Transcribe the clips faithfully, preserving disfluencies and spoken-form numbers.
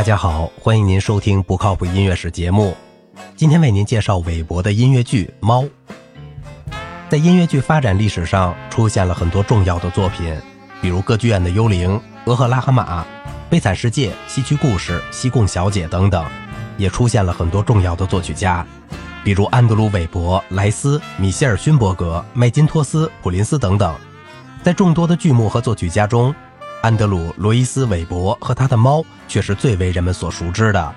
大家好，欢迎您收听不靠谱音乐史节目。今天为您介绍韦伯的音乐剧《猫》。在音乐剧发展历史上出现了很多重要的作品，比如歌剧院的幽灵、俄赫拉荷马、悲惨世界、西区故事、西贡小姐等等，也出现了很多重要的作曲家，比如安德鲁·韦伯、莱斯、米歇尔·勋伯格、麦金托斯、普林斯等等。在众多的剧目和作曲家中，安德鲁·罗伊斯·韦伯和他的猫却是最为人们所熟知的。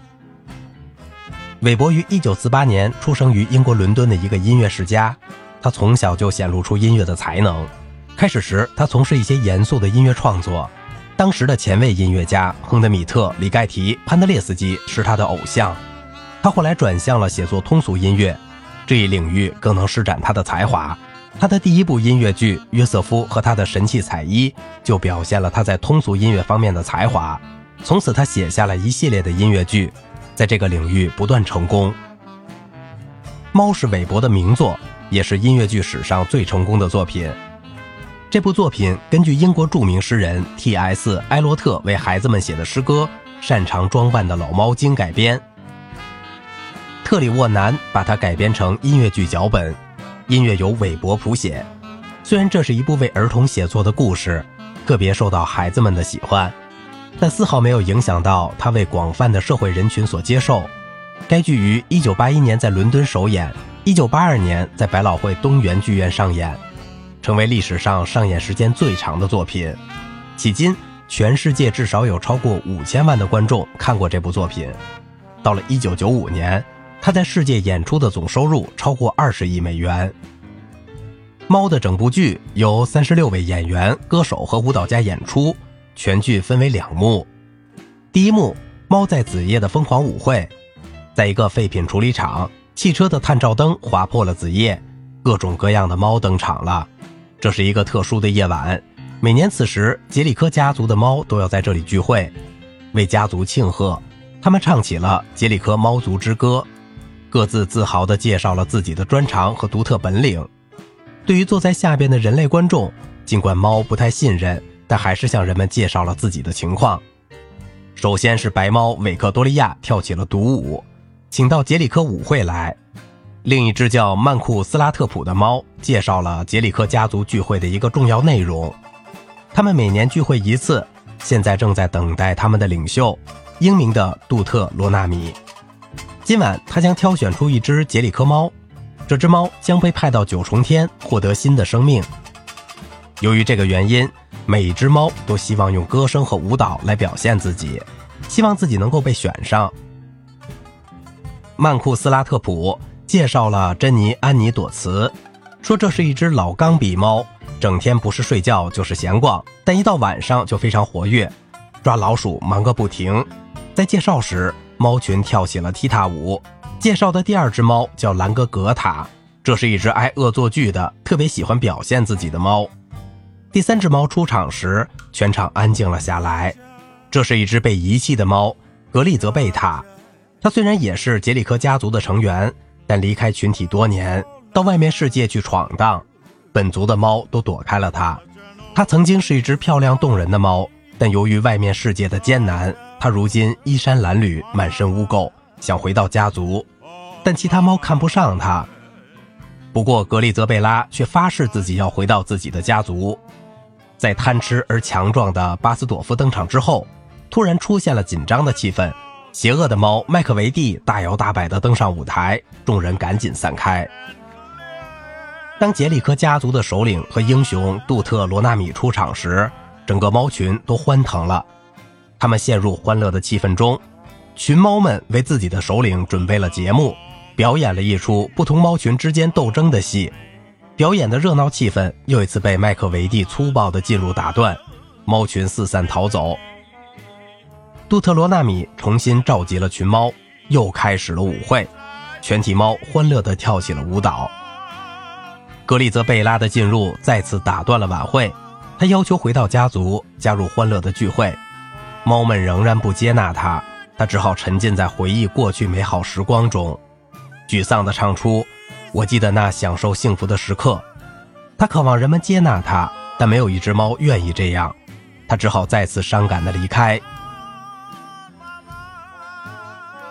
韦伯于一九四八年出生于英国伦敦的一个音乐世家，他从小就显露出音乐的才能。开始时他从事一些严肃的音乐创作，当时的前卫音乐家亨德米特、里盖提、潘德列斯基是他的偶像。他后来转向了写作通俗音乐，这一领域更能施展他的才华。他的第一部音乐剧《约瑟夫和他的神器彩衣》就表现了他在通俗音乐方面的才华，从此他写下了一系列的音乐剧，在这个领域不断成功。猫是韦伯的名作，也是音乐剧史上最成功的作品。这部作品根据英国著名诗人 T S 埃罗特为孩子们写的诗歌《擅长装扮的老猫精》改编，特里沃南把它改编成音乐剧脚本，音乐由韦伯谱写。虽然这是一部为儿童写作的故事，特别受到孩子们的喜欢，但丝毫没有影响到它为广泛的社会人群所接受。该剧于一九八一年在伦敦首演，一九八二年在百老汇东园剧院上演，成为历史上上演时间最长的作品。迄今，全世界至少有超过五千万的观众看过这部作品。到了一九九五年，他在世界演出的总收入超过二十亿美元。猫的整部剧由三十六位演员、歌手和舞蹈家演出，全剧分为两幕。第一幕，猫在子夜的疯狂舞会。在一个废品处理厂，汽车的探照灯划破了子夜，各种各样的猫登场了。这是一个特殊的夜晚，每年此时杰里科家族的猫都要在这里聚会，为家族庆贺。他们唱起了杰里科猫族之歌，各自自豪地介绍了自己的专长和独特本领。对于坐在下边的人类观众，尽管猫不太信任，但还是向人们介绍了自己的情况。首先是白猫韦克多利亚跳起了独舞，请到杰里科舞会来。另一只叫曼库斯拉特普的猫介绍了杰里科家族聚会的一个重要内容。他们每年聚会一次，现在正在等待他们的领袖，英明的杜特罗纳米。今晚他将挑选出一只杰里科猫，这只猫将被派到九重天获得新的生命。由于这个原因，每一只猫都希望用歌声和舞蹈来表现自己，希望自己能够被选上。曼库斯拉特普介绍了珍妮安妮朵茨，说这是一只老钢笔猫，整天不是睡觉就是闲逛，但一到晚上就非常活跃，抓老鼠忙个不停。在介绍时，猫群跳起了踢踏舞。介绍的第二只猫叫兰格格塔，这是一只爱恶作剧的，特别喜欢表现自己的猫。第三只猫出场时，全场安静了下来。这是一只被遗弃的猫，格利泽贝塔。它虽然也是杰里科家族的成员，但离开群体多年，到外面世界去闯荡，本族的猫都躲开了它。它曾经是一只漂亮动人的猫，但由于外面世界的艰难，它如今衣衫褴褛，满身污垢，想回到家族，但其他猫看不上它。不过格利泽贝拉却发誓自己要回到自己的家族。在贪吃而强壮的巴斯朵夫登场之后，突然出现了紧张的气氛，邪恶的猫麦克维蒂大摇大摆地登上舞台，众人赶紧散开。当杰里科家族的首领和英雄杜特罗纳米出场时，整个猫群都欢腾了，他们陷入欢乐的气氛中。群猫们为自己的首领准备了节目，表演了一出不同猫群之间斗争的戏。表演的热闹气氛又一次被麦克维蒂粗暴的进入打断，猫群四散逃走。杜特罗纳米重新召集了群猫，又开始了舞会，全体猫欢乐地跳起了舞蹈。格利泽贝拉的进入再次打断了晚会，他要求回到家族，加入欢乐的聚会。猫们仍然不接纳他，他只好沉浸在回忆过去美好时光中，沮丧地唱出我记得那享受幸福的时刻。他渴望人们接纳他，但没有一只猫愿意这样，他只好再次伤感地离开。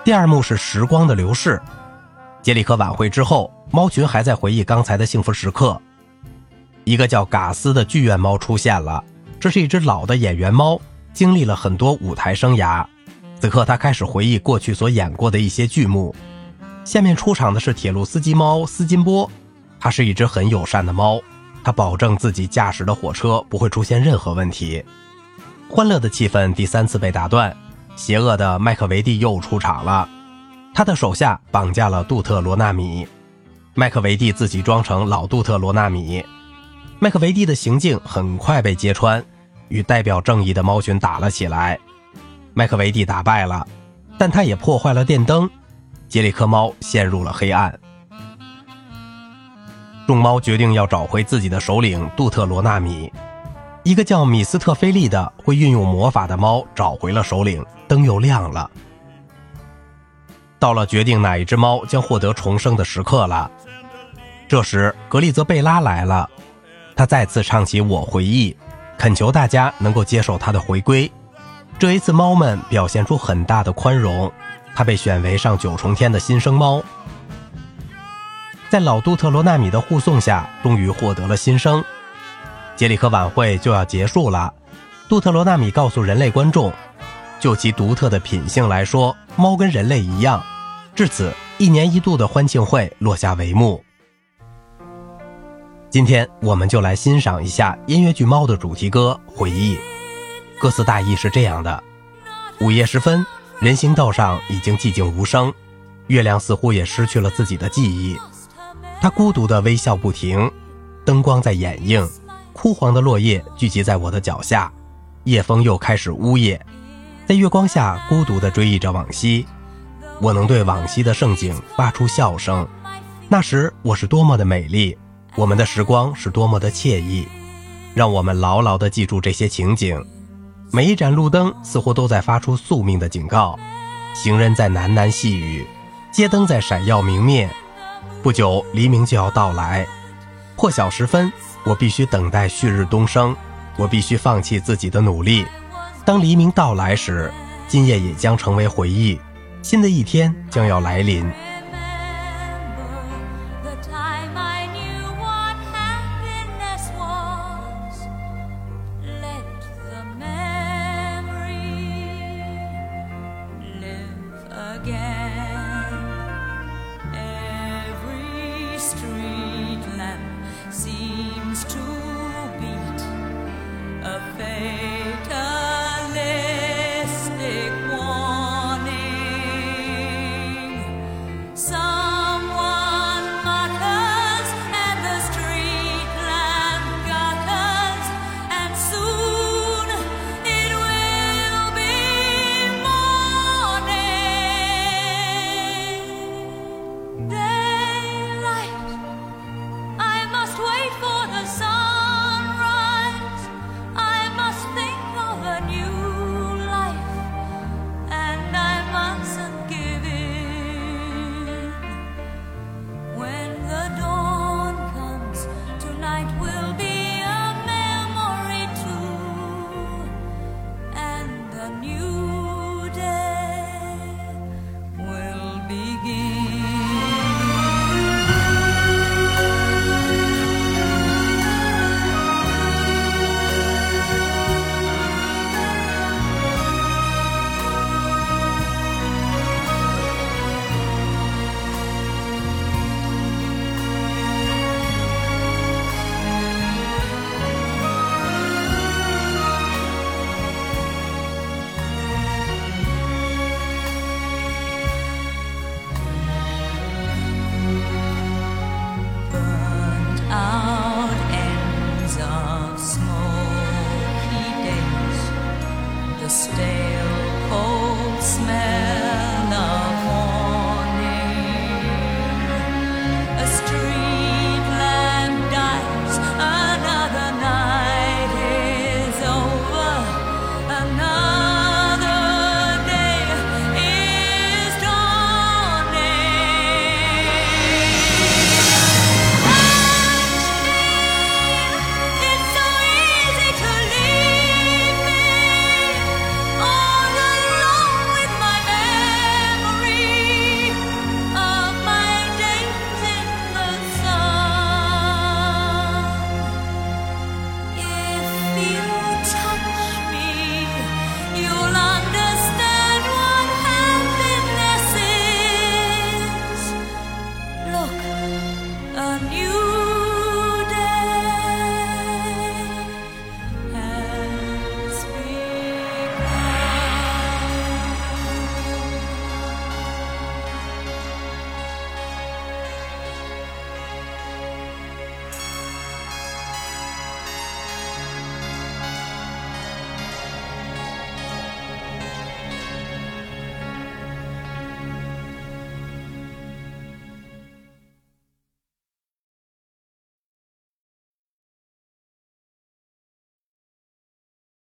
第二幕是时光的流逝。杰里克晚会之后，猫群还在回忆刚才的幸福时刻。一个叫嘎斯的剧院猫出现了，这是一只老的演员猫，经历了很多舞台生涯。此刻他开始回忆过去所演过的一些剧目。下面出场的是铁路司机猫斯金波，它是一只很友善的猫，它保证自己驾驶的火车不会出现任何问题。欢乐的气氛第三次被打断，邪恶的麦克维蒂又出场了。他的手下绑架了杜特罗纳米，麦克维蒂自己装成老杜特罗纳米。麦克维蒂的行径很快被揭穿，与代表正义的猫群打了起来。麦克维蒂打败了，但他也破坏了电灯，杰里克猫陷入了黑暗。众猫决定要找回自己的首领杜特罗纳米。一个叫米斯特菲利的会运用魔法的猫找回了首领，灯又亮了。到了决定哪一只猫将获得重生的时刻了。这时格利泽贝拉来了，他再次唱起我回忆，恳求大家能够接受他的回归。这一次猫们表现出很大的宽容，他被选为上九重天的新生猫。在老杜特罗纳米的护送下，终于获得了新生。杰里克晚会就要结束了，杜特罗纳米告诉人类观众，就其独特的品性来说，猫跟人类一样。至此，一年一度的欢庆会落下帷幕。今天我们就来欣赏一下音乐剧《猫》的主题歌《回忆》。歌词大意是这样的：午夜时分，人行道上已经寂静无声，月亮似乎也失去了自己的记忆。它孤独地微笑不停，灯光在掩映，枯黄的落叶聚集在我的脚下，夜风又开始呜咽，在月光下孤独地追忆着往昔。我能对往昔的盛景发出笑声，那时我是多么的美丽，我们的时光是多么的惬意。让我们牢牢地记住这些情景。每一盏路灯似乎都在发出宿命的警告，行人在喃喃细语，街灯在闪耀明灭。不久黎明就要到来，破晓时分，我必须等待旭日东升，我必须放弃自己的努力。当黎明到来时，今夜也将成为回忆，新的一天将要来临。